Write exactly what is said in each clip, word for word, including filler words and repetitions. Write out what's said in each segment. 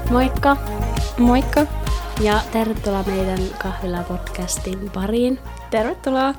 Moikka! Moikka! Ja tervetuloa meidän kahvila-podcastin pariin. Tervetuloa!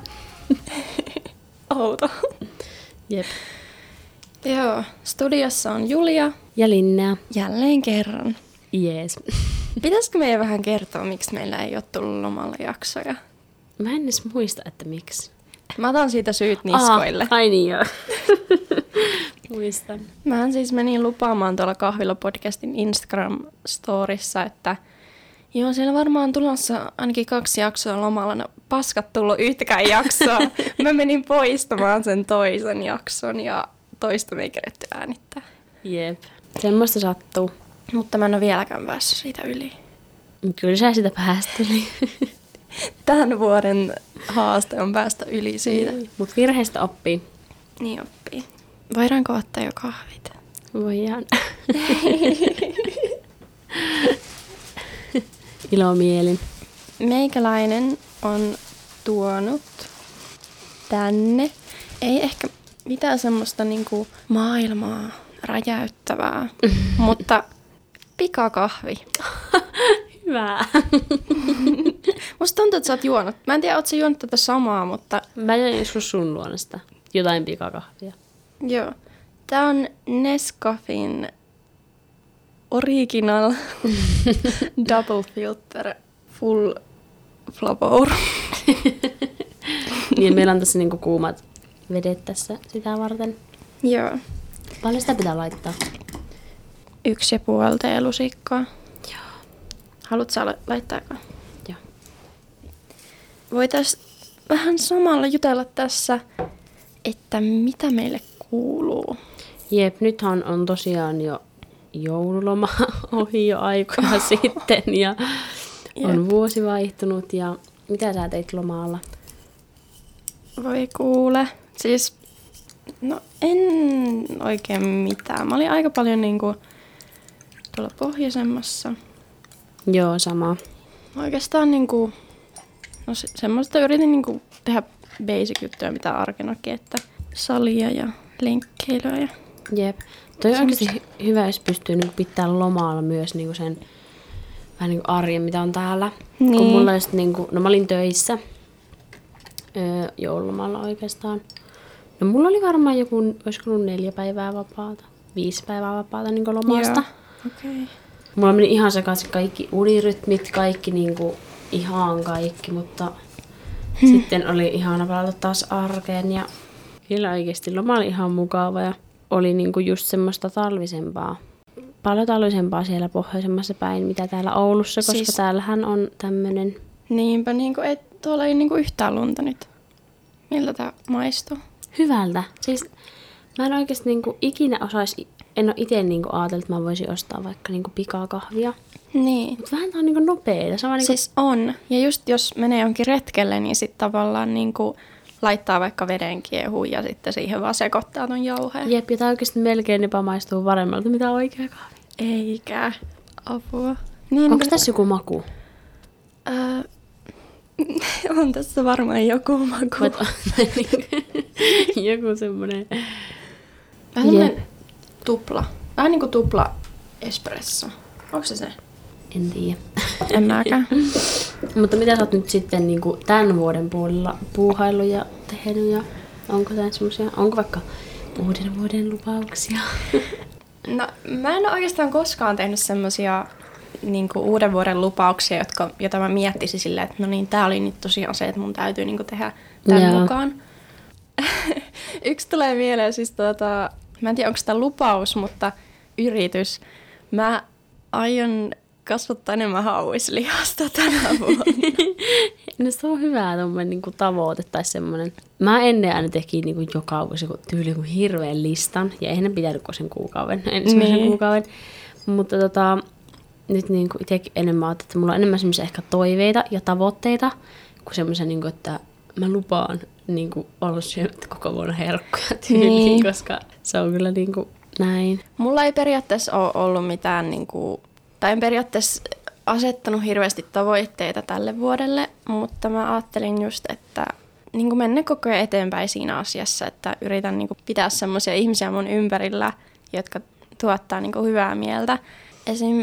Outo. Jep. Joo, studiossa on Julia. Ja Linnea. Jälleen kerran. Jees. Pitäisikö meidän vähän kertoa, miksi meillä ei ole tullut lomalla jaksoja? Mä en edes muista, että miksi. Mä otan siitä syyt niskoille. Aa, ai niin joo. Muistan. Mähän siis menin lupaamaan tuolla kahvila-podcastin Instagram-storissa, että joo, siellä varmaan tulossa ainakin kaksi jaksoa lomalla. No, paskat tullut yhtäkään jaksoa. Mä menin poistamaan sen toisen jakson ja toista me ei keretty äänittää. Jep. Semmoista sattuu. Mutta mä en ole vieläkään päässyt siitä yli. Kyllä sä sitä päästä yli. Tämän vuoden haaste on päästä yli siitä. Mut virheistä oppii. Niin oppii. Voidaanko ottaa jo kahvit? Voidaan. Ilomielin. Meikäläinen on tuonut tänne, ei ehkä mitään semmoista niinku maailmaa räjäyttävää, mutta pikakahvi. Hyvä. Musta tuntuu, että sä oot juonut. Mä en tiedä, oot sä juonut tätä samaa, mutta... Mä join joskus sun luonasta jotain pikakahvia. Joo. Tää on Nescafin Original Double Filter Full Flavor. Niin, meillä on tässä niinku kuumat vedet tässä sitä varten. Joo. Paljon sitä pitää laittaa? Yksi ja puoli teelusikkaa. Joo. Haluatko sä laittaako? Joo. Voitaisiin vähän samalla jutella tässä, että mitä meille kuuluu. Jep, nythän on tosiaan jo joululoma ohi jo aikoja sitten ja on Jep. vuosi vaihtunut ja mitä sä teit lomalla? Voi kuule, siis no en oikein mitään. Mä olin aika paljon niinku tuolla pohjoisemmassa. Joo, sama. Oikeastaan niinku, no se, semmoista yritin niinku tehdä basic juttuja mitä arkenakin, että salia ja lenkkeilyä ja... Jep. Toi on oikeasti hy- hyvä, jos pystyy niinku pitää lomalla myös niinku sen vähän niinku arjen, mitä on täällä. Niin. Kun mulla just niinku, no mä olin töissä öö, joululomalla oikeastaan. No mulla oli varmaan joku, olisiko ollut neljä päivää vapaata, viisi päivää vapaata niinku lomasta. Okei. Okay. Mulla meni ihan sekaisin kaikki unirytmit, kaikki niinku, ihan kaikki, mutta hmm. sitten oli ihana palata taas arkeen ja kyllä oikeasti loma oli ihan mukava ja oli niinku just semmoista talvisempaa. Paljon talvisempaa siellä pohjoisemmassa päin, mitä täällä Oulussa, koska siis, täällähän on tämmönen... Niinpä, niinku, ei, tuolla ei niinku yhtään lunta nyt. Miltä tää maistuu? Hyvältä. Siis mä en oikeesti niinku ikinä osaisi, en oo ite niinku ajatellut, että mä voisin ostaa vaikka niinku pikakahvia. Niin. Mut vähän tää on niinku nopeeta. Se on niinku... Siis on. Ja just jos menee jonkin retkelle, niin sit tavallaan niinku... laittaa vaikka veden kiehuun ja sitten siihen vaan sekoittaa ton jauheen. Jep, ja tää oikeesti melkein jopa maistuu paremmalta, mitä oikea kahvi. Eikä. Apua. Niin, onko tässä joku maku? Öö, on tässä varmaan joku maku. Voit, joku semmonen... Vähän semmonen tupla. Vähän niinku tupla espresso. Onko se se? En tiedä. En mäkään. Mutta mitä sä oot nyt sitten niinku tämän vuoden puolella puuhaillut ja tehnyt ja onko tää semmosia, onko vaikka uuden vuoden lupauksia? No mä en ole oikeastaan koskaan tehnyt semmosia niinku uuden vuoden lupauksia, jotka, joita mä miettisin silleen, että no niin, tää oli nyt tosiaan se, että mun täytyy niinku tehdä tämän Jaa. mukaan. Yksi tulee mieleen siis tuota, mä en tiedä onko sitä lupaus, mutta yritys. Mä aion kasvattaa enemmän hauislihasta tänä vuonna. No se on hyvä tommoinen niinku tavoite tai semmoinen. Mä ennen aina tekin niinku joka vuosi tyyli kuin hirveän listan. Ja eihän ne pitänyt kuin sen kuukauden, ensimmäisen niin. kuukauden. Mutta tota, nyt niinku itsekin enemmän ajattelin, että mulla on enemmän semmoisia ehkä toiveita ja tavoitteita. Kuin semmoisia, niinku, että mä lupaan niinku olla syömättä koko vuonna herkkuja tyyliin. Niin. Koska se on kyllä niinku näin. Mulla ei periaatteessa ole ollut mitään... Niinku tai en periaatteessa asettanut hirveästi tavoitteita tälle vuodelle, mutta mä ajattelin just, että niin mennä koko ajan eteenpäin siinä asiassa, että yritän niin pitää semmoisia ihmisiä mun ympärillä, jotka tuottaa niin hyvää mieltä. Esim.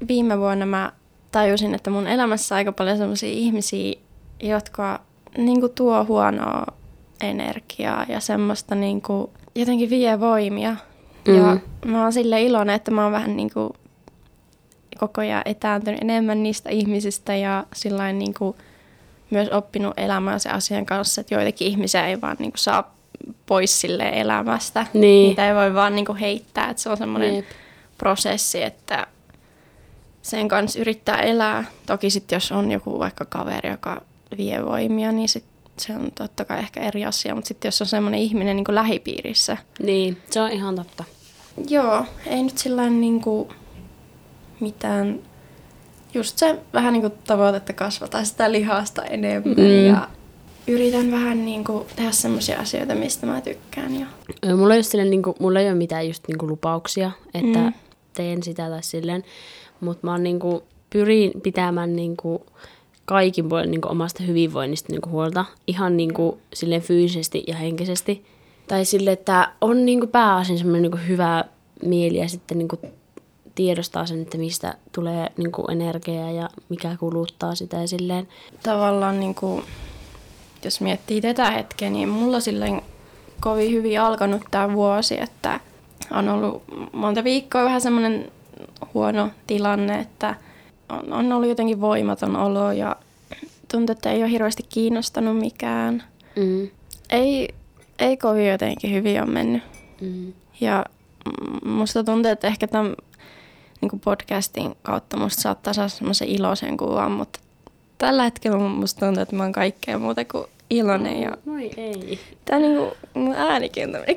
viime vuonna mä tajusin, että mun elämässä on aika paljon sellaisia ihmisiä, jotka niinku tuo huonoa energiaa ja semmoista niinku jotenkin vie voimia. Mm. Ja mä oon sille iloinen, että mä oon vähän niinku koko ajan etääntynyt enemmän niistä ihmisistä ja sillain niinku myös oppinut elämään sen asian kanssa, että joitakin ihmisiä ei vaan niinku saa pois sille elämästä. Niin. Niitä ei voi vaan niinku heittää, että se on semmoinen Jep. prosessi, että sen kanssa yrittää elää. Toki sitten jos on joku vaikka kaveri, joka vie voimia, niin sit se on totta kai ehkä eri asia. Mutta sitten jos on semmoinen ihminen niin kuin lähipiirissä. Niin, se on ihan totta. Joo, ei nyt sillain niin kuin mitään. Just se vähän niin kuin tavoite, että kasvataan sitä lihasta enemmän. Mm. Ja yritän vähän niin kuin tehdä semmoisia asioita, mistä mä tykkään. Ja mulla, just silleen, niin kuin, mulla ei ole mitään just niin kuin lupauksia, että mm. teen sitä tai silleen. Mutta mä niinku, pyrin pitämään niinku, kaikin puolin niinku, omasta hyvinvoinnista niinku, huolta. Ihan niinku, silleen, fyysisesti ja henkisesti. Tai silleen, että on niinku, pääasiassa semmoinen niinku, hyvä mieli ja sitten niinku, tiedostaa sen, että mistä tulee niinku, energiaa ja mikä kuluttaa sitä. Ja silleen. Tavallaan, niinku, jos miettii tätä hetkeä, niin mulla silleen kovin hyvin alkanut tämä vuosi. Että on ollut monta viikkoa vähän semmoinen huono tilanne, että on, on ollut jotenkin voimaton olo ja tuntuu, että ei ole hirveästi kiinnostanut mikään. Mm. Ei, ei kovin jotenkin hyvin ole mennyt. Mm. Ja musta tuntuu, että ehkä tämän niin podcastin kautta musta saattaa saada semmoisen iloisen kuvan, mutta tällä hetkellä musta tuntuu, että mä oon kaikkea muuta kuin iloinen. Ja Noi ei. Tää niinku, mun äänikin on tämmöinen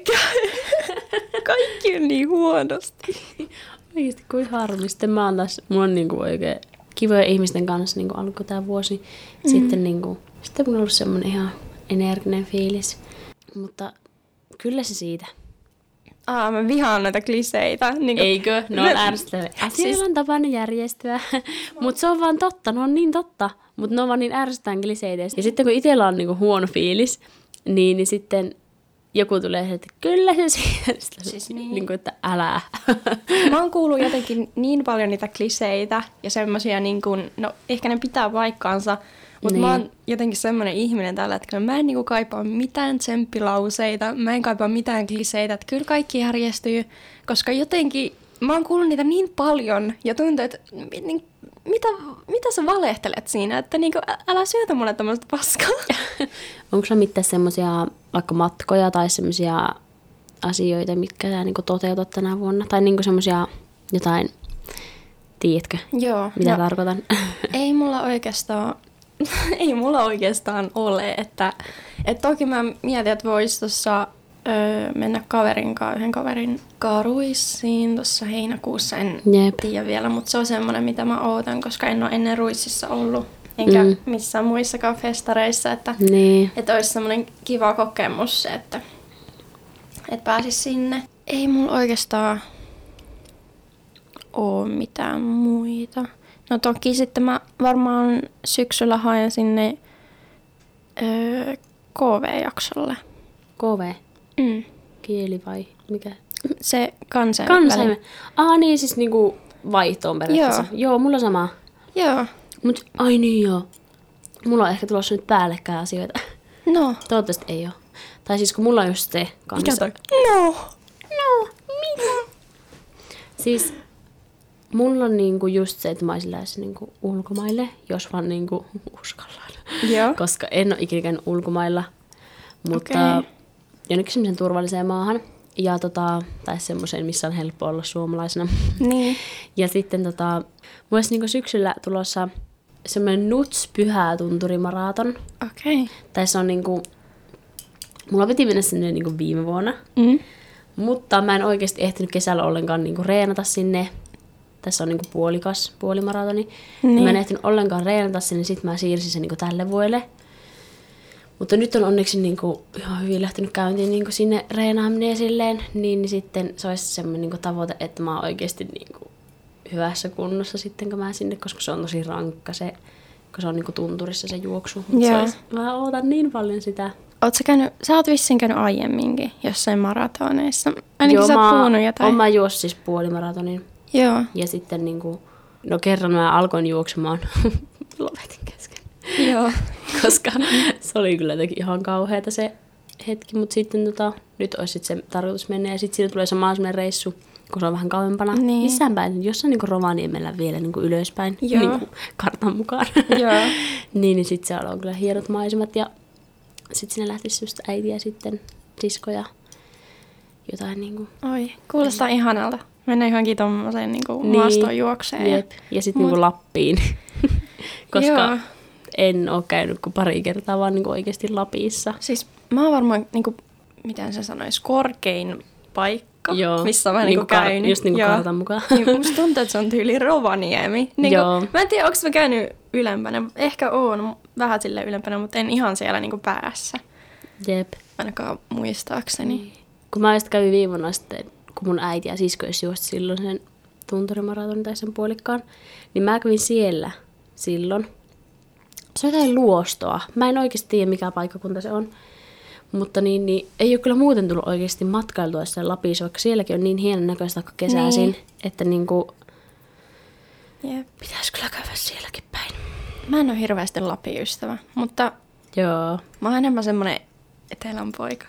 kaikki on niin huonosti. Oikeasti kuin harmi. Sitten mä oon taas, mulla on niinku oikein kivoja ihmisten kanssa niinku alkoi tää vuosi. Mm-hmm. Sitten niinku, sitten mun on ollut semmonen ihan energinen fiilis. Mutta kyllä se siitä. Aa, mä vihaan noita kliseitä. Niin kuin eikö? Ne on ärsyttäviä. Asioilla on tapana järjestyä. Mutta se on vaan totta, ne on niin totta. Mutta ne on vaan niin ärsyttävän kliseitä. Ja sitten kun itsellä on niinku huono fiilis, niin, niin sitten joku tulee, että kyllä se siitä. Siis niin. Niin kuin, että älä. Mä oon kuullut jotenkin niin paljon niitä kliseitä ja semmosia, niin kuin, no ehkä ne pitää paikkaansa, mutta niin. Mä oon jotenkin semmoinen ihminen tällä hetkellä. Mä en niinku kaipaa mitään tsemppilauseita, mä en kaipaa mitään kliseitä, että kyllä kaikki järjestyy, koska jotenkin mä oon kuullut niitä niin paljon ja tuntuu, että niin, mitä, mitä sä valehtelet siinä, että niinku, älä syötä mulle tämmöistä paskaa. Onko sulla mitään semmoisia vaikka matkoja tai semmoisia asioita, mitkä sä niinku toteutat tänä vuonna? Tai niinku semmoisia jotain, tiedätkö, Joo, mitä no, tarkoitan? Ei mulla oikeastaan, ei mulla oikeastaan ole, että et toki mä mietin, että vois tuossa öö, mennä kaverin kanssa, yhden kaverin Ruissiin tuossa heinäkuussa, en Jep. tiedä vielä, mutta se on semmoinen, mitä mä ootan, koska en ole ennen Ruississa ollut, enkä mm. missään muissakaan festareissa, että niin. et olisi semmoinen kiva kokemus se, että et pääsis sinne. Ei mulla oikeastaan ole mitään muita. No toki sitten mä varmaan syksyllä haen sinne öö, K V-jaksolle. K V? Mm. Kieli vai mikä? Se kansainvälinen. Kansainvälinen. Ah niin, siis niinku vaihtoon periaatteessa. Joo. Joo, mulla on sama. Joo. Mut ai niin joo. Mulla on ehkä tulossa nyt päällekkäin asioita. No. Toivottavasti ei oo. Tai siis kun mulla on just se kanssa. Mikä toi? No. No. Mitä? Siis mulla on niinku just se, että mä olisin lähes niinku ulkomaille, jos vaan niinku uskallaan. Joo. Koska en ole ikinä käynyt ulkomailla. Mutta okay. jonnekin semmoisen turvalliseen maahan. Ja tota, tai semmoiseen, missä on helppo olla suomalaisena. Niin. Ja sitten tota, mulla olisi niinku syksyllä tulossa semmoinen Nuts Pyhää Tunturimaraton. Okei. Okay. Tai se on niinku, mulla piti mennä sinne niinku viime vuonna. Mm. Mutta mä en oikeasti ehtinyt kesällä ollenkaan niinku reenata sinne. Tässä on niinku puolikas puolimaratoni. Niin. Mä en ehtinyt ollenkaan reenata sinne, sit mä siirsin sen niinku tälle vuodelle. Mutta nyt on onneksi niinku ihan hyvin lähtenyt käyntiin niinku sinne reenaaminen ja silleen. Niin, niin sitten se olisi semmoinen niinku tavoite, että mä oon oikeasti niinku hyvässä kunnossa sitten, kun mä sinne, koska se on tosi rankka se, kun se on niinku tunturissa se juoksu. Se olisi, mä ootan niin paljon sitä. Oot sä käynyt, sä oot vissiin käynyt aiemminkin jossain maratoneissa. Ainakin Joo, sä oot puhunut jotain. Oon mä juossut siis puolimaratonin. Joo. Ja sitten niinku, no kerran mä alkoin juoksemaan. Lopetin kesken. Joo. Koska se oli kyllä jotenkin ihan kauheata se hetki, mutta sitten tota, nyt olisi sit se tarkoitus mennä ja sitten siinä tulee sama semmoinen reissu, kun se on vähän kauempana. Niin. Missään päin, jossain niin Rovaniemellä vielä niin ylöspäin, niin kartan mukaan. Joo. niin, niin sitten siellä on kyllä hienot maisemat ja sitten sinne lähtisi just äiti ja sitten sisko ja jotain niinku. Oi, kuulostaa niin. ihanalta. Mennä johonkin tommoseen niinku niin. maastoon juokseen. Jep. Ja sitten Mut... niinku Lappiin. Koska Joo. en ole käynyt kuin pari kertaa vaan niinku oikeasti Lapissa. Siis mä oon varmaan, niinku, miten se sanoisi, korkein paikka, Joo. missä mä oon niinku kar- käynyt. Just niinku kartan mukaan. Niin musta tuntuu, että se on tyyli Rovaniemi. Niinku, Joo. Mä en tiedä, onko mä käynyt ylempänä. Ehkä oon vähän sille ylempänä, mutta en ihan siellä niinku päässä. Jep. Ainakaan muistaakseni. Niin. Kun mä just kävin viime vuonna sitten, kun mun äiti ja sisko juosti silloin sen tunturimaraton tai sen puolikkaan, niin mä kävin siellä silloin. Se on jotain luostoa. Mä en oikeasti tiedä, mikä paikkakunta se on. Mutta niin, niin, ei ole kyllä muuten tullut oikeasti matkailtua siellä Lapissa, vaikka sielläkin on niin hienon näköistä vaikka kesäisin, niin. että niinku, Jep. pitäisi kyllä käydä sielläkin päin. Mä en ole hirveästi Lapin ystävä, mutta Joo. mä oon enemmän semmonen etelän poika.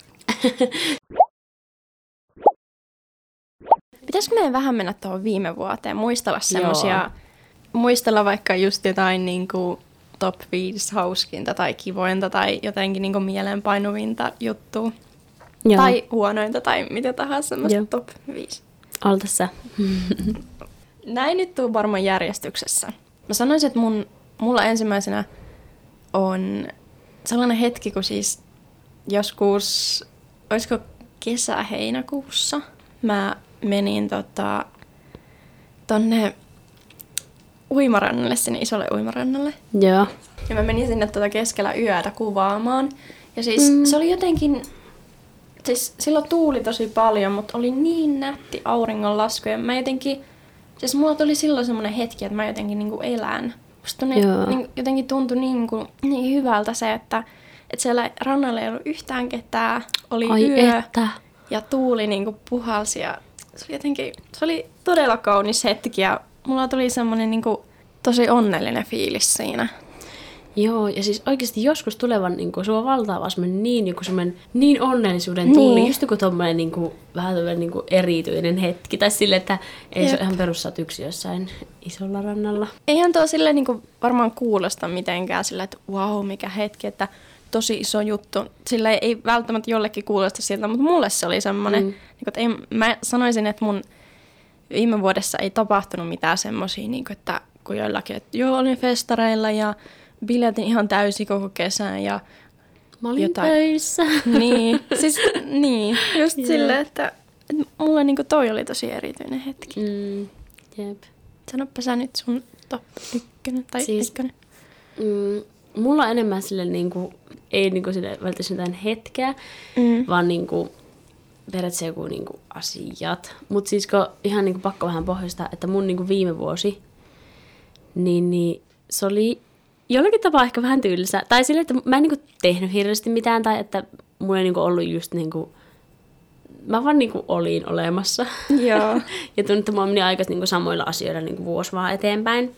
Pitäisikö meidän vähän mennä tuohon viime vuoteen, muistella semmosia, muistella vaikka just jotain niinku top viisi hauskinta tai kivointa tai jotenkin niinku mieleenpainuvinta juttua. Joo. Tai huonointa tai mitä tahansa semmoista top viisi. Ol tässä. Näin nyt tuu varmaan järjestyksessä. Mä sanoisin, että mun, mulla ensimmäisenä on sellainen hetki, kun siis joskus, olisiko kesä-heinäkuussa, mä menin tota, tonne uimarannalle, sinne isolle uimarannalle. Joo. Ja mä menin sinne tota keskellä yötä kuvaamaan. Ja siis mm. se oli jotenkin, siis silloin tuuli tosi paljon, mutta oli niin nätti auringonlasku. Ja mä jotenkin, siis mulla tuli silloin semmoinen hetki, että mä jotenkin niinku elän. Musta ne, niin, jotenkin tuntui niin, kuin, niin hyvältä se, että, että siellä rannalla ei ollut yhtään ketään. Oli Ai yö että. Ja tuuli niin kuin puhalsi. Ja se oli jotenkin, se oli todella kaunis hetki ja mulla tuli semmoinen niin kuin tosi onnellinen fiilis siinä. Joo, ja siis oikeasti joskus tulevan niin kuin, sua valtaava semmoinen niin, niin, semmoinen, niin onnellisuuden tulli, niin. Just joku tommoinen niin kuin, vähän tommoinen niin kuin erityinen hetki. Tai silleen, että ei Jep. se ole ihan perus, sä oot yksi jossain isolla rannalla. Eihän tuo silleen niin kuin varmaan kuulosta mitenkään silleen, että wow, mikä hetki, että tosi iso juttu. Sillä ei välttämättä jollekin kuulosta siltä, mutta mulle se oli semmoinen, mm. niin että ei, mä sanoisin, että mun viime vuodessa ei tapahtunut mitään semmoisia, niin että kun joillakin, että joo, olin festareilla ja biletin ihan täysi koko kesän ja mä olin jotain. töissä. Niin, siis niin, just yeah. silleen, että, että mulle niin toi oli tosi erityinen hetki. Mm, jep. Sanoppa sä nyt sun top ykkönen tai siis, ykkönen. Mm, mulla on enemmän sille niinku, ei niinku sille välttämättä mitään hetkeä, mm. vaan niinku periaatteessa joku niinku asiat. Mut siis kun ihan niinku pakko vähän pohjastaa, että mun niinku viime vuosi, niin, niin se oli jollakin tapaa ehkä vähän tylsä. Tai sille, että mä en niinku tehnyt hirveästi mitään, tai että mulla ei niinku ollut just niinku, mä vaan niinku olin olemassa. Joo. Ja tunnin, että mulla meni aika niinku samoilla asioilla niinku vuosi vaan eteenpäin.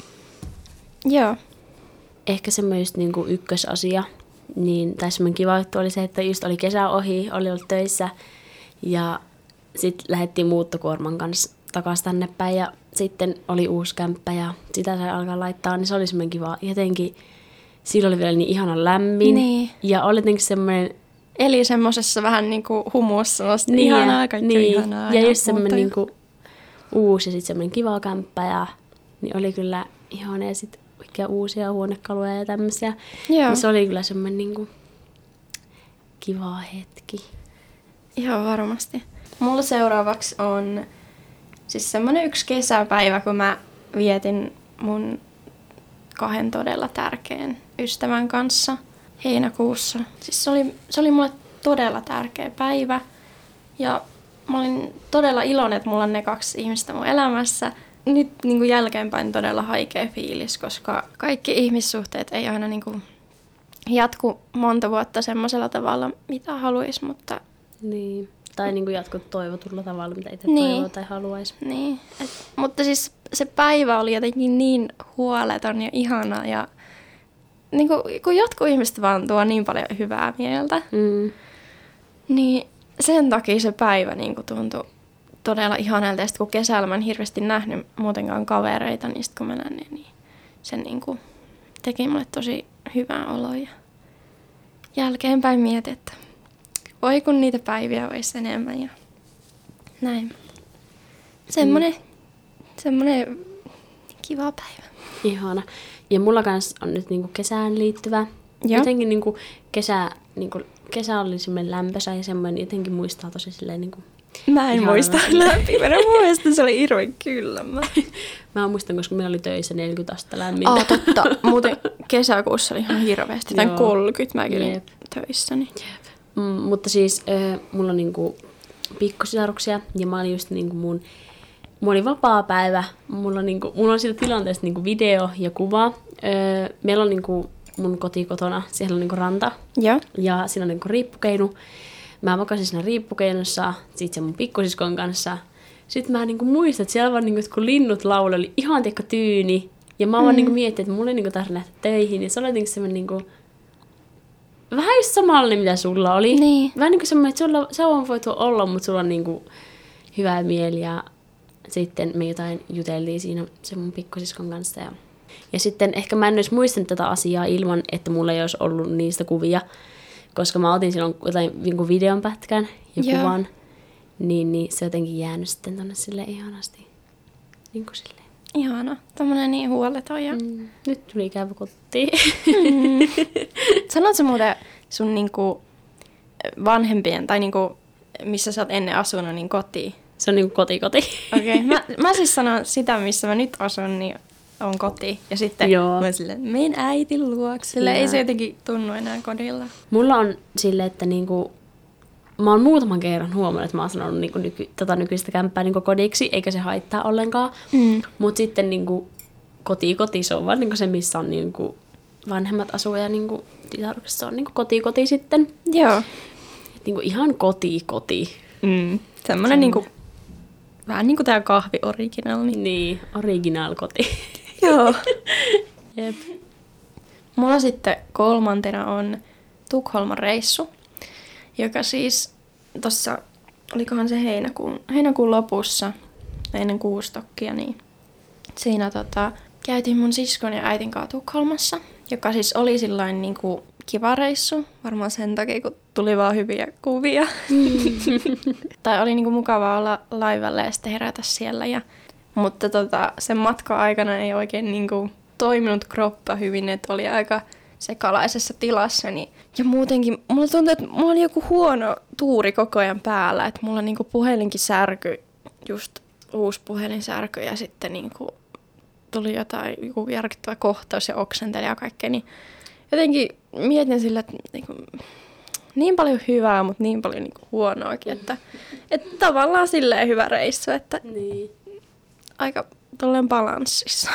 Joo. Ehkä semmoinen just niinku ykkösasia, niin, tai semmoinen kiva juttu oli se, että just oli kesä ohi, oli ollut töissä, ja sitten lähdettiin muuttokuorman kanssa takaisin tänne päin, ja sitten oli uusi kämppä, ja sitä sai alkaa laittaa, niin se oli semmoinen kiva. Jotenkin silloin oli vielä niin ihana lämmin, niin. Ja oli jotenkin semmoinen... Eli semmoisessa vähän niin kuin humussa, niin, ihanaa, kaikki niin. Ihanaa. Ja, ja just semmoinen niin kuin uusi ja sitten semmoinen kiva kämppä, ja niin oli kyllä ihana, ja sitten oikein uusia huonekaluja ja tämmöisiä. Niin se oli kyllä semmoinen niin kuin kiva hetki. Ihan varmasti. Mulla seuraavaksi on siis semmoinen yksi kesäpäivä, kun mä vietin mun kahden todella tärkeän ystävän kanssa heinäkuussa. Siis se oli, se oli mulle todella tärkeä päivä. Ja mä olin todella iloinen, että mulla on ne kaksi ihmistä mun elämässä. Nyt niin kuin jälkeenpäin todella haikea fiilis, koska kaikki ihmissuhteet ei aina niin kuin jatku monta vuotta semmoisella tavalla, mitä haluaisi, mutta niin. Tai niinku jatkot toivotulla tavalla, mitä itse Niin. toivoo tai haluaisi. Niin, et, mutta siis se päivä oli jotenkin niin huoleton ja ihana ja niin kun, kun jotkut ihmiset vaan tuo niin paljon hyvää mieltä, Mm. niin sen takia se päivä niin kun tuntui todella ihanalta. Ja sitten kun kesällä mä en hirveästi nähnyt muutenkaan kavereita, niin sitten kun mä näin, niin se niin kun teki mulle tosi hyvää oloa. Ja jälkeenpäin mietin, että voi kun niitä päiviä olisi enemmän ja näin. Semmoinen, mm. semmoinen kiva päivä. Ihana. Ja mulla kanssa on nyt niinku kesään liittyvä. Joo. Jotenkin niinku kesä, niinku, kesä oli semmoinen lämpösä ja semmoinen jotenkin muistaa tosi silleen niinku... Mä en ihanaa. muista lämpimänä. Mun mielestä se oli hirveän kylmä. Mä muistan, koska meillä oli töissä neljäkymmentä astetta lämmintä. Aa, totta. Muuten kesäkuussa oli ihan hirveästi. Tai Joo. kolmekymmentä mäkin olin Jep. töissä. Niin. Mm, mutta siis äh, mulla on niinku pikkusisaruksia ja mä olin just niinku mun... Mulla oli vapaa päivä. Mulla on, niinku, mulla on siitä tilanteesta niinku video ja kuva. Öö, meillä on niinku mun kotikotona, siellä on niinku ranta Joo. ja siinä on niinku riippukeinu. Mä makasin siinä riippukeinussa, sit se mun pikkusiskon kanssa. Sitten mä niinku muistan, että siellä vaan niinku, kun linnut lauloi, oli ihan tiekko tyyni. Ja mä mm. vaan niinku miettin, että mulla ei niinku tarvitse lähteä töihin. Ja se oli jotenkin semmoinen niinku... Vähän just samanlainen, mitä sulla oli. Niin. Vähän niinku semmoinen, että sulla, se on voitu olla, mutta sulla on niinku hyvä mieli. Ja sitten me jotain juteltiin siinä sen mun pikkusiskon kanssa. Ja, ja sitten ehkä mä en olisi muistanut tätä asiaa ilman, että mulla ei olisi ollut niistä kuvia. Koska mä otin silloin jotain niin videon pätkän ja Joo. kuvan. Niin, niin se on jotenkin jäänyt sitten tonne silleen ihanasti. Niin kuin silleen. Ihana. Tämmönen niin huoleton. Ja... Mm. Nyt tuli käydä kotiin. Mm. Sanoitko muuten sun niinku vanhempien, tai niinku, missä sä oot ennen asunut, niin kotiin? Se on niin kuin koti-koti. Okei. Okay. Mä, mä siis sanon sitä, missä mä nyt asun, niin on koti. Ja sitten Joo. mä silleen, mein äitin luokse. Silleen, ei se jotenkin tunnu enää kodilla. Mulla on silleen, että niinku, mä oon muutaman kerran huomannut, että mä oon sanonut niinku nyky, tota nykyistä kämppää niinku kodiksi, eikä se haittaa ollenkaan. Mm. Mut sitten niinku, koti-koti, se on vaan niinku se, missä on niinku, vanhemmat asuu ja niinku, se on niinku koti-koti sitten. Joo. Et niinku ihan koti-koti. Mm. Semmoinen niinku, vähän niin kuin tää kahvi original. Niin. Niin, original koti. Joo. Jep. Mulla sitten kolmantena on Tukholman reissu, joka siis tossa, olikohan se heinäkuun, heinäkuun lopussa, ennen kuustokkia, niin siinä tota, käytiin mun siskon ja äitin kanssa Tukholmassa, joka siis oli sillain niinku kiva reissu, varmaan sen takia, kun tuli vaan hyviä kuvia. Tai oli niinku mukava olla laivalla ja sitten herätä siellä. Ja, mutta tota, sen matka-aikana ei oikein niinku toiminut kroppa hyvin, että oli aika sekalaisessa tilassa. Niin. Ja muutenkin, mulla tuntui, että mulla oli joku huono tuuri koko ajan päällä, että mulla niinku puhelinkin särky, just uusi puhelinsärky ja sitten niinku tuli jotain, joku järkyttävä kohtaus ja oksenteli ja kaikkea, niin jotenkin mietin sillä, että niinku, niin paljon hyvää, mutta niin paljon niinku huonoakin, että, että tavallaan silleen hyvä reissu, että Niin. aika tolleen balanssissa.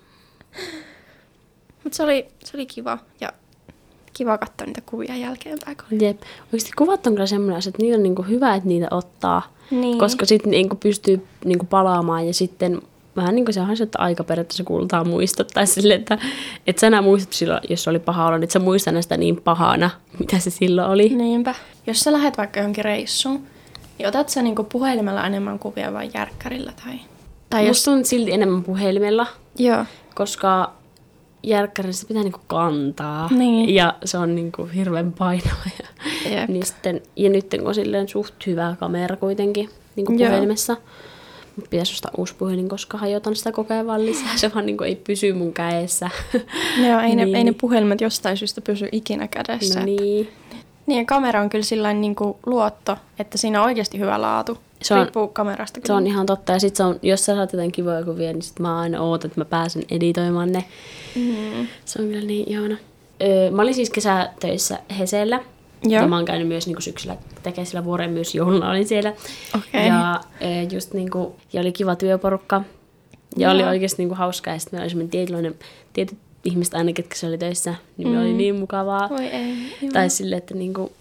Mutta se oli, se oli kiva ja kiva katsoa niitä kuvia jälkeenpäin. Jep. Oikeasti kuvat on kyllä semmoinen asia, että niitä on niinku hyvä, että niitä ottaa. Niin. Koska sitten niinku pystyy niinku palaamaan ja sitten vähän niin kuin se on se, että aika periaatteessa kultaa muistot. Tai silleen, että, että sä enää muistat silloin, jos oli paha olla, niin että sä muistat sitä niin pahana, mitä se silloin oli. Niinpä. Jos sä lähdet vaikka johonkin reissuun, niin otat sä niinku puhelimella enemmän kuvia vai järkkärillä? Tai, tai jos... Musta on silti enemmän puhelimella, Joo. koska järkkärissä pitää niinku kantaa. Niin. Ja se on niinku hirveän painava. Ja, Jep. niin sitten, ja nyt kun on silleen suht hyvä kamera kuitenkin niinku Joo. puhelimessa. Mut pitäisi ostaa uusi puhelin, koska hajotan sitä koko ajan vaan lisää. Se vaan niinku ei pysy mun kädessä. Joo, ei, niin. ne, ei ne puhelimet jostain syystä pysy ikinä kädessä. No niin. Niin, ja kamera on kyllä sillain niinku luotto, että siinä on oikeasti hyvä laatu. Se on- Riippuu kamerasta kyllä. Se on ihan totta. Ja sit se on, jos sä saat jotain kivoja kuvia, niin sit mä aina ootan, että mä pääsen editoimaan ne. Mm. Se on kyllä niin ihana. Öö, mä olin siis kesätöissä Hesellä. Joo. Ja mä oon käynyt myös niinku syksyllä tekeillä vuoren myös jouluna olin siellä. Okei. Ja, öö, just niinku, ja oli kiva työporukka. Ja Joo. oli oikeasti niinku hauskaa. Ja sit meillä oli semmoinen tietynlainen, tietyt ihmiset aina, ketkä se oli töissä. Niin mm. me oli niin mukavaa. Voi ei. Hyvä. Tai silleen, että niinku,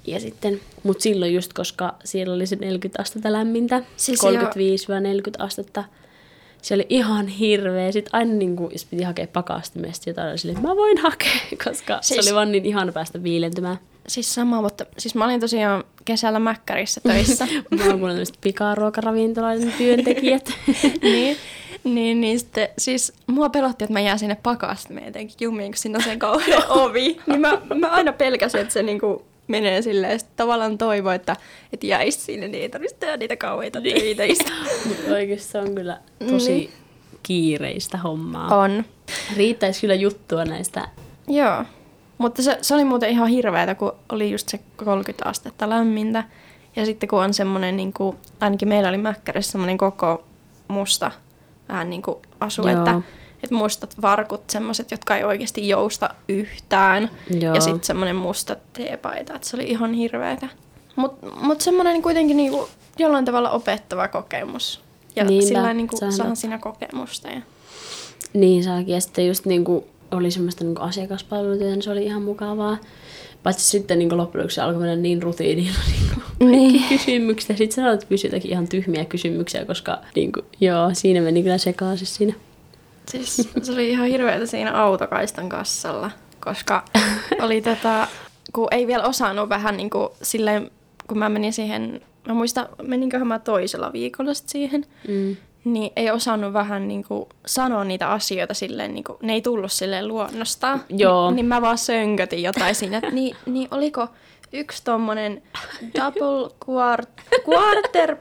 Ja sitten, mut silloin just, koska siellä oli se neljäkymmentä astetta lämmintä, Siis kolmekymmentäviisi neljäkymmentä astetta, se oli ihan hirveä. Sitten aina, niin kun, jos piti hakea pakastimesta jotain, oli silleen, että mä voin hakea, koska siis, se oli vaan niin ihana päästä viilentymään. Siis sama, mutta siis mä olin tosiaan kesällä Mäkkärissä töissä. Mä oon kuullut tämmöiset pikaruokaravintolaiden työntekijät. niin, niin, niin sitten, siis mua pelotti, että mä jään sinne pakastimeen jotenkin jumiin, kun siinä on se kauhean ovi. Niin mä, mä aina pelkäsin, että se niinku menee silleen, ja sitten tavallaan toivoi, että, että jäisi sinne, niin ei tarvitsisi tehdä niitä kauheita töitä. Mutta oikeasti se on kyllä tosi niin. kiireistä hommaa. On. Riittäisi kyllä juttua näistä. Joo. Mutta se, se oli muuten ihan hirveätä, kun oli just se kolmekymmentä astetta lämmintä. Ja sitten kun on semmoinen, niin kuin, ainakin meillä oli Mäkkärissä semmoinen koko musta vähän niin kuin asu, että, että mustat varkut, semmoiset, jotka ei oikeasti jousta yhtään. Joo. Ja sitten semmoinen musta teepaita, että se oli ihan hirveätä. Mutta mut semmoinen kuitenkin niin kuin jollain tavalla opettava kokemus. Ja Niinpä, sillä niin kuin saan siinä kokemusta. Ja... Niin saakin, ja sitten just niin kuin oli semmoista niin kuin asiakaspalvelutyötä, niin se oli ihan mukavaa. Paitsi sitten niin loppujen lopuksi alkoi mennä niin rutiiniin niin niin. kysymyksiä. Sitten sanoit, että kysyi jotakin ihan tyhmiä kysymyksiä, koska niin kuin, joo, siinä meni kyllä sekaisin siinä. Siis se oli ihan hirveätä siinä autokaistan kassalla, koska oli tota, kun ei vielä osannut vähän niin kuin silleen, kun mä menin siihen, mä muistan, meninköhän mä toisella viikolla siihen, mm. niin ei osannut vähän niin kuin sanoa niitä asioita silleen, niin kuin, ne ei tullut silleen luonnostaan. Joo. Ni, niin mä vaan sönkötin jotain siinä. Niin, niin oliko yksi tommonen double quart, quarter,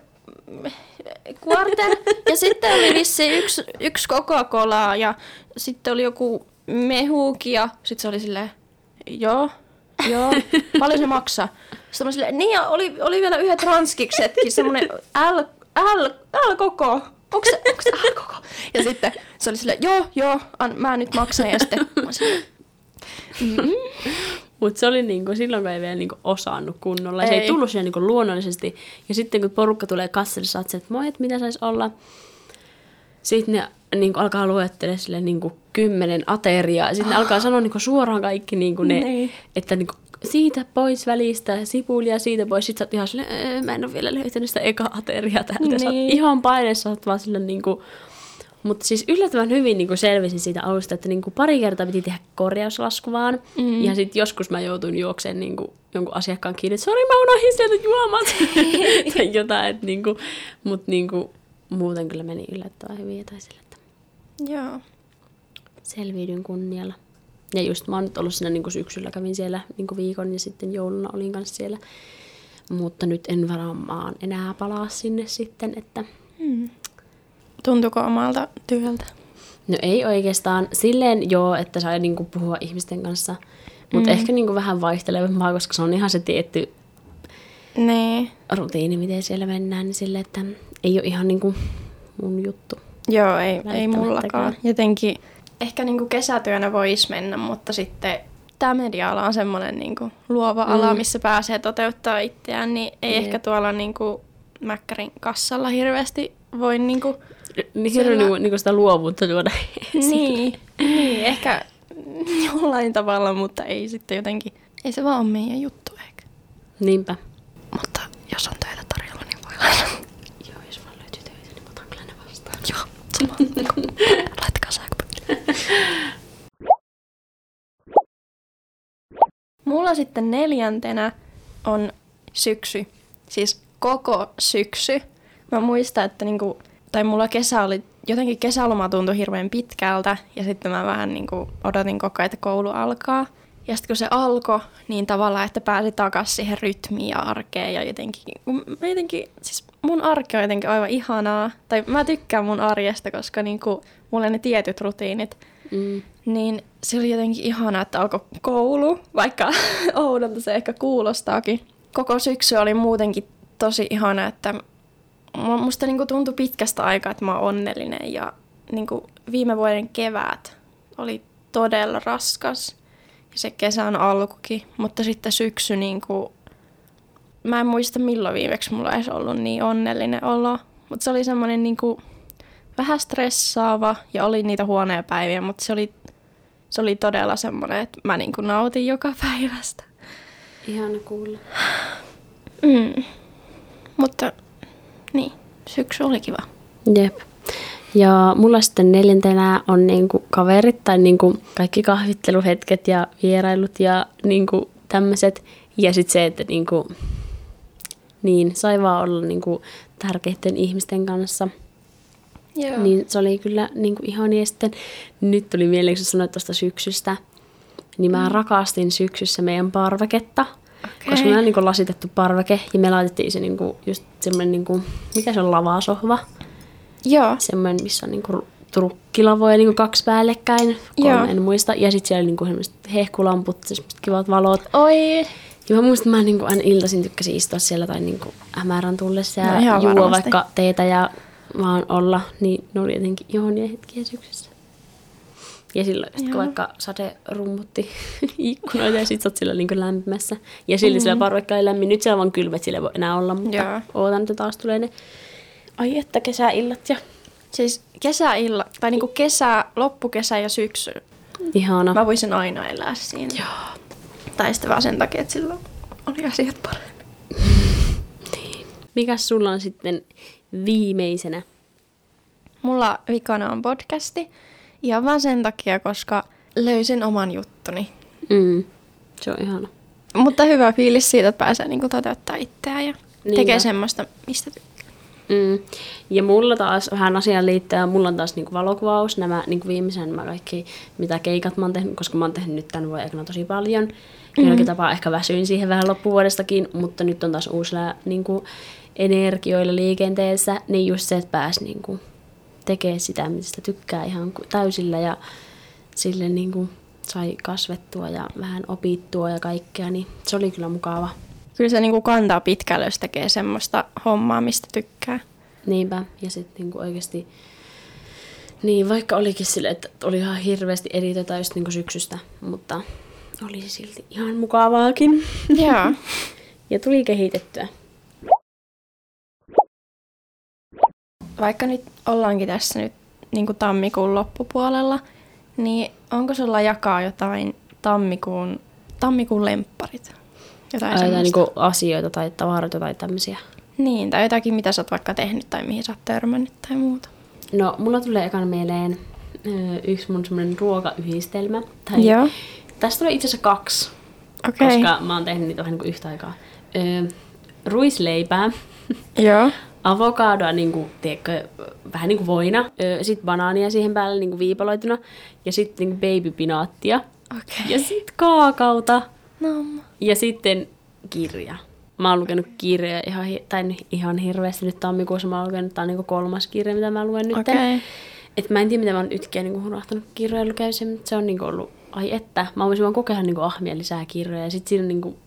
quarter, ja sitten oli vissi yksi, yksi Coca-Colaa, ja sitten oli joku mehuki, ja sitten se oli silleen, joo, joo, paljon se maksaa. Sitten mä silleen, niin ja oli, oli vielä yhdet ranskiksetkin, semmonen L, L, L koko. Onko se, onko se L koko? Ja sitten se oli silleen, joo, joo, an, mä nyt maksan. Ja sitten mä silleen, mm. Mutta se oli niinku, silloin, kun ei vielä niinku osannut kunnolla. Ei. Se ei tullut siihen niinku luonnollisesti. Ja sitten kun porukka tulee kassalle, sä oot se, että moi, että mitä saisi olla. Sitten ne niinku alkaa luettele sille niinku kymmenen ateriaa. Sitten ne alkaa sanoa niinku suoraan kaikki niinku ne, niin. Että niinku siitä pois välistä, sipulia siitä pois. Sitten sä oot ihan silleen, mä en ole vielä löytänyt sitä eka ateriaa täältä. Niin. Sä oot ihan paineessa, sä oot vaan silleen niinku... Mutta siis yllättävän hyvin niinku selvisin siitä alusta, että niinku pari kertaa piti tehdä korjauslasku vaan. Mm. Ja sitten joskus mä joutuin juokseen niinku jonkun asiakkaan kiinni, että sori, mä unohdin sieltä juomat. tai jotain, että niinku, mutta niinku, muuten kyllä meni yllättävän hyvin. Tai sille, että joo. Selviydyn kunnialla. Ja just mä oon nyt ollut siinä niinku syksyllä, kävin siellä niinku viikon ja sitten jouluna olin kanssa siellä. Mutta nyt en varmaan enää palaa sinne sitten, että... Mm. Tuntuuko omalta työltä? No ei oikeastaan. Silleen joo, että sai niinku puhua ihmisten kanssa. Mutta mm. ehkä niinku vähän vaihtelevampaa, koska se on ihan se tietty nee. rutiini, miten siellä mennään. Niin silleen, että ei ole ihan niinku mun juttu. Joo, ei, ei mullakaan. Jotenkin ehkä niinku kesätyönä voisi mennä, mutta sitten tämä media-ala on semmoinen niinku luova mm. ala, missä pääsee toteuttaa itseään. Niin ei Jep. ehkä tuolla niinku Mäkkärin kassalla hirveästi voi... Niinku niin hirveän niinku, niinku sitä luovuutta tuoda niin, niin, ehkä jollain tavalla, mutta ei sitten jotenkin, ei se vaan ole meidän juttu ehkä. Niinpä. Mutta jos on töitä tarjolla, niin voi lailla. Joo, jos vaan löytyy töitä, niin otan kyllä ne vastaan. Joo, sama. Laittakaa sähköpyyntiin. Mulla sitten neljäntenä on syksy, siis koko syksy. Mä muistan, että niinku... Tai mulla kesä oli, jotenkin kesäloma tuntui hirveän pitkältä ja sitten mä vähän niin kuin odotin koko ajan, että koulu alkaa. Ja sitten kun se alkoi, niin tavallaan, että pääsi takaisin siihen rytmiin ja arkeen ja jotenkin, jotenkin, siis mun arki on jotenkin aivan ihanaa. Tai mä tykkään mun arjesta, koska niin kuin, mulla on ne tietyt rutiinit. Mm. Niin se oli jotenkin ihanaa, että alkoi koulu, vaikka oudolta se ehkä kuulostaakin. Koko syksy oli muutenkin tosi ihanaa, että musta niinku tuntui pitkästä aikaa, että mä oon onnellinen ja niinku viime vuoden kevät oli todella raskas ja se kesän alkukin, mutta sitten syksy niinku, mä en muista milloin viimeksi mulla olisi ollut niin onnellinen olo, mutta se oli semmoinen niinku vähän stressaava ja oli niitä huonoja päiviä, mutta se oli, se oli todella semmoinen, että mä niinku nautin joka päivästä. Ihana kuulla. Mm. Mutta niin, syksy oli kiva. Jep. Ja mulla sitten neljäntenä on niinku kaverit tai niinku kaikki kahvitteluhetket ja vierailut ja niinku tämmöiset. Ja sitten se, että niinku, niin, sai vaan olla niinku tärkeiden ihmisten kanssa. Joo. Niin se oli kyllä niinku ihania. Ja sitten nyt tuli mieleen, kun sanoit tuosta syksystä, niin mä mm. rakastin syksyssä meidän parveketta. Okay. Koska meillä on niinku lasitettu parveke ja me laitettiin se niinku just semmoinen, niinku, mikä se on, lavasohva. Joo. Semmoinen, missä on niinku trukkilavoja niinku kaksi päällekkäin, kolme en muista. Ja sitten siellä oli niinku semmoiset hehkulamput, semmoiset kivat valot. Oi. Ja mä muistan, että mä niinku aina iltaisin tykkäsin istua siellä tai niinku hämärän tullessa ja no, juo varmasti. Vaikka teetä ja vaan olla, niin ne oli jotenkin ihania hetkiä syksyssä. Ja silloin, kun vaikka sade rummutti ikkunoita ja sit sä oot sillä niin lämpimässä. Ja silti mm-hmm. siellä parvekka ei lämmin. Nyt siellä on vaan kylmä, että siellä ei voi enää olla, mutta joo. Ootan, että taas tulee ne ai että kesäillat. Ja siis kesäillat, tai niinku kesä, loppukesä ja syksy. Ihana. Mä voisin aina elää siinä. Joo. Tai sitten vaan sen takia, että silloin oli asiat paremmin. Niin. Mikäs sulla on sitten viimeisenä? Mulla vikana on podcasti. Ja vaan sen takia, koska löysin oman juttuni. Mm. Se on ihana. Mutta hyvä fiilis siitä, että pääsee niinku toteuttaa itseään ja Niinpä. tekee semmoista, mistä tykkää. Mm. Ja mulla taas vähän asiaan liittyen, mulla on taas niinku valokuvaus. Nämä niinku viimeisen mä kaikki, mitä keikat mä oon tehnyt, koska mä oon tehnyt nyt tämän vuoden aikana tosi paljon. Mm-hmm. Jollakin tapaa ehkä väsyin siihen vähän loppuvuodestakin, mutta nyt on taas uusilla niinku energioilla liikenteessä. Niin just se, että pääsi niinku tekee sitä, mistä tykkää ihan täysillä ja sille niin kuin sai kasvettua ja vähän opittua ja kaikkea, niin se oli kyllä mukava. Kyllä se niin kuin kantaa pitkälle, jos tekee semmoista hommaa, mistä tykkää. Niinpä, ja sitten niin kuin oikeasti, niin vaikka olikin sille, että oli ihan hirveästi editoita just niin kuin syksystä, mutta oli silti ihan mukavaakin. Joo. Ja tuli kehitettyä. Vaikka nyt ollaankin tässä nyt niin kuin tammikuun loppupuolella, niin onko sulla jakaa jotain tammikuun, tammikuun lempparit? Jotain Ai, jotain niin kuin asioita tai tavaroita tai tämmöisiä. Niin, tai jotakin, mitä sä oot vaikka tehnyt tai mihin sä oot törmännyt tai muuta. No, mulla tulee ekana mieleen ö, yksi mun semmoinen ruokayhdistelmä. Tai Joo. Tästä tulee itse asiassa kaksi, okay. koska mä oon tehnyt niitä vähän niin kuin yhtä aikaa. Ö, ruisleipää. Joo. Avokadoa, niin kuin, tiedätkö, vähän niin kuin voina. Sitten banaania siihen päälle niin kuin viipaloituna. Ja sitten niin babypinaattia. Okay. Ja sitten kaakauta. No. Ja sitten kirja. Mä oon lukenut kirjoja ihan, tai ihan hirveästi nyt tammikuussa. Mä oon lukenut, tää on niin kolmas kirja, mitä mä luen nyt. Okay. Et mä en tiedä, mitä mä oon ytkiä niin hurahtanut kirjoja lukeuseen, mutta se on niin ollut, ai että. Mä voisin vaan kokeilla niin ahmia lisää kirjoja. Ja sitten siinä on niin kuin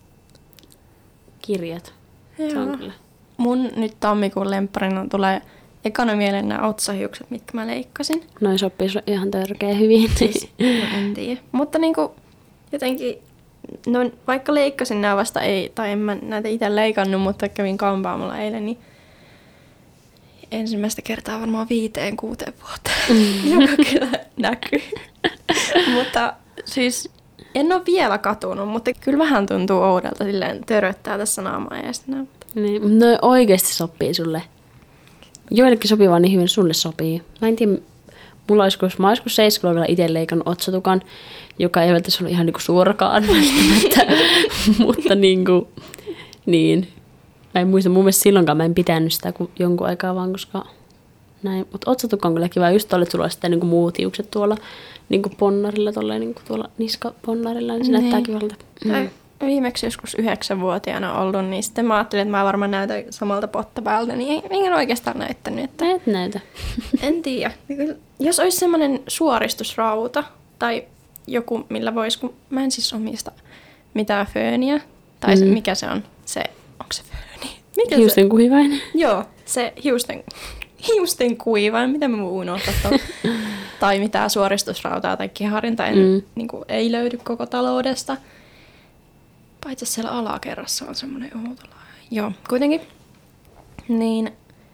kirjat. Joo. Se on kyllä. Mun nyt tammikuun lempparina tulee ekana mieleen nämä otsahiukset, mitkä mä leikkasin. Noin sopii sulle ihan törkeä hyvin. Siis, no en tiedä. Mutta niinku jotenkin, no vaikka leikkasin nämä vasta ei, tai en mä näitä itse leikannut, mutta kävin kampaamalla eilen, niin ensimmäistä kertaa varmaan viiteen, kuuteen vuoteen, mm. joka kyllä näkyy. Mutta siis en ole vielä katunut, mutta kyllä vähän tuntuu oudelta silleen töröttää tässä naamaa ja sitten näin. Niin, no oikeasti sopii sulle. Joillekin sopii vaan niin hyvin, sulle sopii. Mä en tiedä, mulla olisi, mä olisiko seitsemänkymmentäluokalla itse leikannut otsatukan, joka ei välttämättä ollut ihan niinku suorakaan välttämättä, mutta niinku, niin. Mä en muista, mun mielestä silloinkaan mä en pitänyt sitä kuin jonkun aikaa vaan, koska näin. Mutta otsatukan on kyllä kiva, just tolle, että sulla olisi sitten niinku muut hiukset tuolla niinku ponnarilla, tolleen niinku tuolla niskaponnarilla, niin se niin näyttää kivalta. Mm. Viimeksi joskus yhdeksänvuotiaana ollut, niin sitten mä ajattelin, että mä varmaan näytän samalta pottapäältä, niin en oikeastaan näyttänyt. Että et näytä. En tiedä. Jos olisi semmoinen suoristusrauta tai joku, millä voisi, kun mä en siis omista mitään fööniä, tai se, mm. mikä se on, se, onko se fööni? Mikä hiusten se? kuivainen. Joo, se hiusten, hiusten kuivainen, mitä mä voin unohtaa tuon. Tai mitään suoristusrautaa tai kiharinta en, mm. niin kuin, ei löydy koko taloudesta. Paitsi siellä alakerrassa on semmoinen outola. Joo, kuitenkin. Niin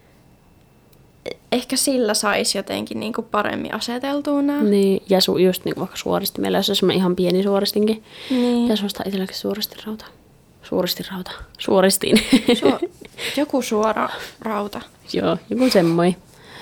ehkä sillä saisi jotenkin niinku paremmin aseteltua nämä. Niin, ja su, just niinku vaikka suoristimella, jos on semmoinen ihan pieni suoristinkin. Niin. Ja suostaa itselläkin suoristirautaa. Suoristinrauta. Suoristin. Su- joku suora rauta. Joo, joku semmoinen.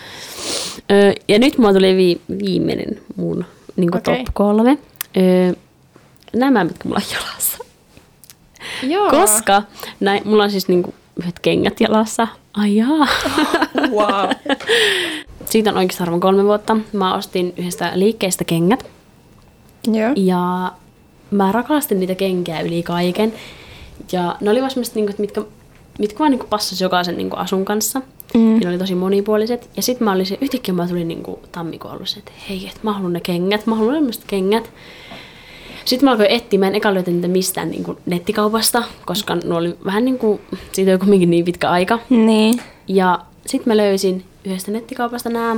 Öö, ja nyt mulla tuli vi- viimeinen mun niin Okei. top kolme. Öö, nämä, mitkä mulla on jalassa. Joo. Koska näin, mulla on siis niinku yhdet kengät jalassa. Ai jaa. Wow. Siitä on oikeastaan arvon kolme vuotta. Mä ostin yhdestä liikkeestä kengät. Joo. Ja mä rakastin niitä kenkiä yli kaiken. Ja ne oli vaan semmoiset, niinku, mitkä, mitkä vaan niinku passasi jokaisen niinku asun kanssa. Mm. Ja ne oli tosi monipuoliset. Ja sit mä olin se, yhtäkkiä mä tulin niinku tammikuun alussa, että hei, et mä haluan ne kengät, mä haluan semmoiset kengät. Sitten mä alkoin etsiä, mä en eka löytä niitä mistään niinku nettikaupasta, koska ne oli vähän niinku, siitä oli kumminkin niin pitkä aika. Niin. Ja sitten mä löysin yhdestä nettikaupasta nämä.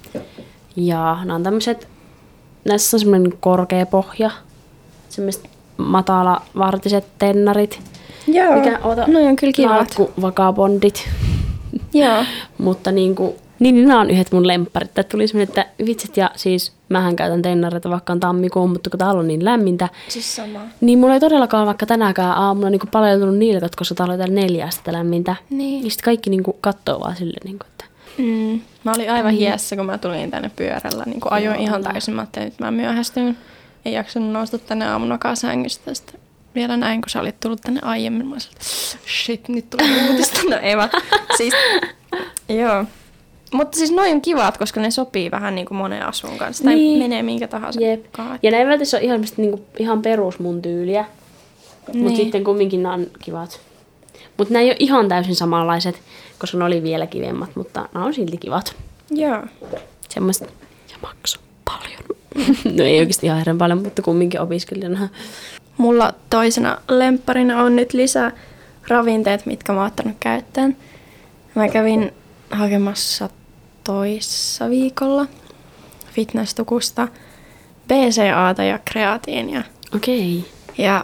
Ja nämä on tämmöiset, näissä on semmoinen korkea pohja, semmoiset matalavartiset tennarit. Joo, Mikä, oota, no on kyllä kivat. kuin vakabondit. Joo. Mutta niinku, niin, niin nämä on yhdet mun lempparit. Tää tuli semmoinen, että vitsit, ja siis mähän käytän tennareita vaikka on tammikuun, mutta kun täällä on niin lämmintä, Siis sama. niin mulla ei todellakaan vaikka tänäänkään aamulla niinku paleltunut nilkat, koska täällä oli täällä neljä astetta lämmintä. Niin. Ja sit kaikki niinku kattoo vaan silleen, niinku, että Mm. Mä olin aivan hiessä, kun mä tulin tänne pyörällä. Niin kun ajoin Joo, ihan no. täysin. Mä ajattelin, että mä myöhästyn. Ei jaksanut nousta tänne aamunakaan sängystä. Sitten vielä näin, kun sä olit tullut tänne aiemmin. Mä olin, että shit, nyt tulee uutista. No ei vaan. Siis, joo. Mutta siis noin on kivat, koska ne sopii vähän niin kuin monen asun kanssa. Tai Niin. menee minkä tahansa jep. mukaan. Ja näin välttämättä on ihan, niinku, ihan perus mun tyyliä. Niin. Mutta sitten kumminkin nämä on kivat. Mutta nämä ei ole ihan täysin samanlaiset, koska ne oli vielä kivemmat, mutta nämä on silti kivat. Joo. Semmoista. Ja maksu paljon. No ei oikeasti ihan herran paljon, mutta kumminkin opiskelijana. Mulla toisena lempparina on nyt lisää ravinteet, mitkä mä oon ottanut käyttöön. Mä kävin hakemassa toissa viikolla fitnesstukusta B C A:ta ja kreatiinia. Okei. Ja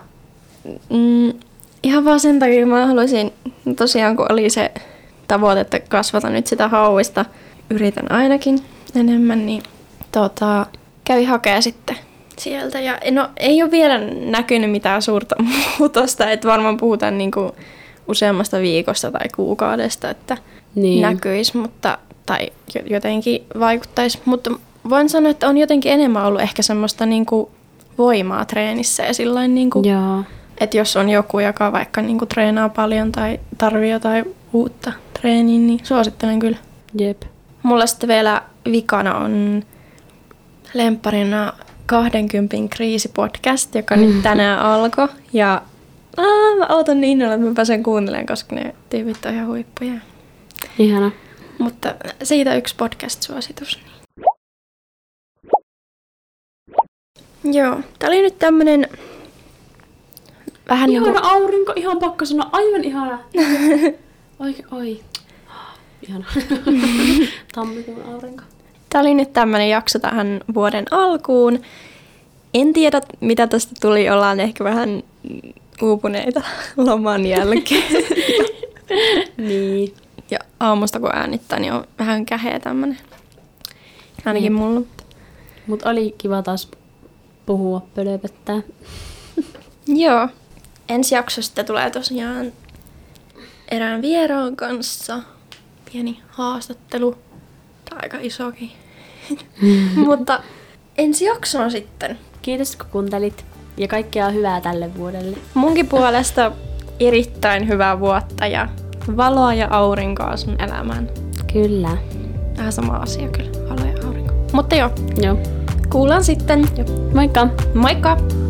mm, ihan vaan sen takia mä haluaisin, tosiaan kun oli se tavoite, että kasvata nyt sitä hauista, yritän ainakin enemmän, niin tota, kävi hakea sitten sieltä. Ja no ei ole vielä näkynyt mitään suurta muutosta, että varmaan puhutaan niinku useammasta viikosta tai kuukaudesta, että Niin. näkyisi, mutta, tai jotenkin vaikuttaisi. Mutta voin sanoa, että on jotenkin enemmän ollut ehkä semmoista niinku voimaa treenissä ja sillain niinku, Joo. että jos on joku, joka vaikka niinku treenaa paljon tai tarvii jotain uutta treeniä, niin suosittelen kyllä. Jep. Mulla sitten vielä vikana on lempparina kahdenkympin kriisipodcast, joka nyt tänään alkoi. Ja aa, mä ootan niin innolla, että mä pääsen kuuntelemaan, koska ne tyypit on ihan huippuja. Ihana. Mutta siitä yksi podcast-suositus. Joo, tää oli nyt tämmönen vähän Ihana niinku... aurinko, ihan pakko sanoa, aivan ihana. Oi, oi. Ihana. Tammikuun aurinko. Tää oli nyt tämmönen jakso tähän vuoden alkuun. En tiedä, mitä tästä tuli. Ollaan ehkä vähän uupuneita loman jälkeen. Niin. Ja aamusta kun äänittää, niin on vähän käheä tämmönen. Ainakin Jep. mulla. Mut oli kiva taas puhua, pölöpöttää. Joo. Ensi jaksosta tulee tosiaan erään vieraan kanssa pieni haastattelu. Tai aika isokin. Mutta ensi jaksoon sitten. Kiitos kun kuuntelit ja kaikkea hyvää tälle vuodelle. Munkin puolesta erittäin hyvää vuotta ja valoa ja aurinkoa sun elämään. Kyllä. Vähän sama asia kyllä, valo ja aurinko. Mutta joo, Joo. kuullaan sitten. Moikka! Moikka!